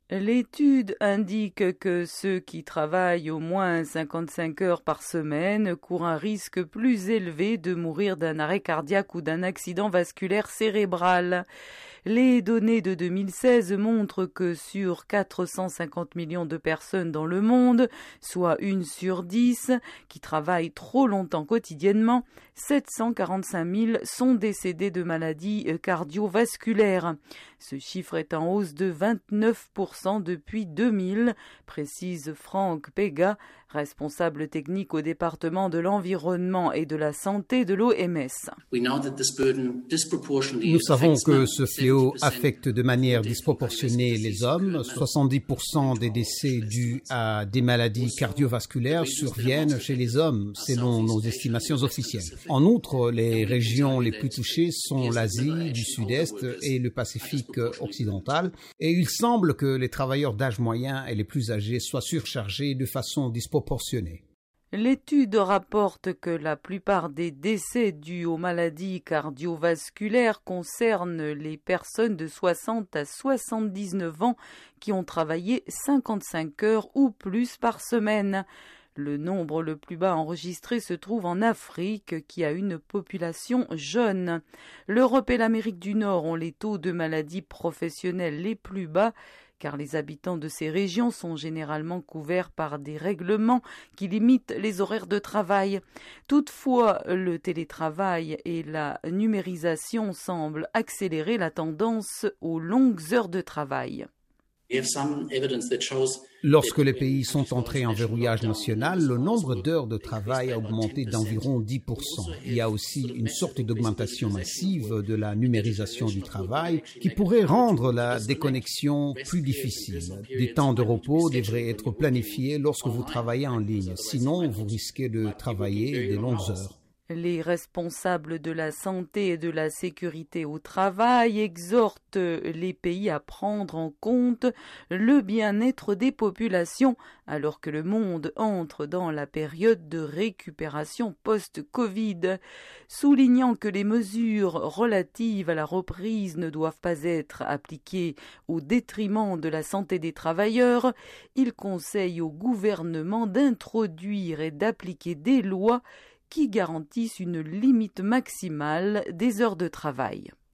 L'étude indique que ceux qui travaillent au moins 55 heures par semaine courent un risque plus élevé de mourir d'un arrêt cardiaque ou d'un accident vasculaire cérébral. Les données de 2016 montrent que sur 450 millions de personnes dans le monde, soit 1 sur 10, qui travaillent trop longtemps quotidiennement, 745 000 sont décédés de maladies cardiovasculaires. Ce chiffre est en hausse de 29% depuis 2000, précise Franck Pega, responsable technique au département de l'environnement et de la santé de l'OMS. Nous savons que ce fléau affecte de manière disproportionnée les hommes. 70% des décès dus à des maladies cardiovasculaires surviennent chez les hommes, selon nos estimations officielles. En outre, les régions les plus touchées sont l'Asie du Sud-Est et le Pacifique occidental, et il semble que les travailleurs d'âge moyen et les plus âgés soient surchargés de façon disproportionnée. L'étude rapporte que la plupart des décès dus aux maladies cardiovasculaires concernent les personnes de 60 à 79 ans qui ont travaillé 55 heures ou plus par semaine. Le nombre le plus bas enregistré se trouve en Afrique, qui a une population jeune. L'Europe et l'Amérique du Nord ont les taux de maladies professionnelles les plus bas, car les habitants de ces régions sont généralement couverts par des règlements qui limitent les horaires de travail. Toutefois, le télétravail et la numérisation semblent accélérer la tendance aux longues heures de travail. Lorsque les pays sont entrés en verrouillage national, le nombre d'heures de travail a augmenté d'environ 10%. Il y a aussi une sorte d'augmentation massive de la numérisation du travail qui pourrait rendre la déconnexion plus difficile. Des temps de repos devraient être planifiés lorsque vous travaillez en ligne, sinon vous risquez de travailler des longues heures. Les responsables de la santé et de la sécurité au travail exhortent les pays à prendre en compte le bien-être des populations alors que le monde entre dans la période de récupération post-Covid, soulignant que les mesures relatives à la reprise ne doivent pas être appliquées au détriment de la santé des travailleurs. Il conseille au gouvernement d'introduire et d'appliquer des lois qui garantissent une limite maximale des heures de travail.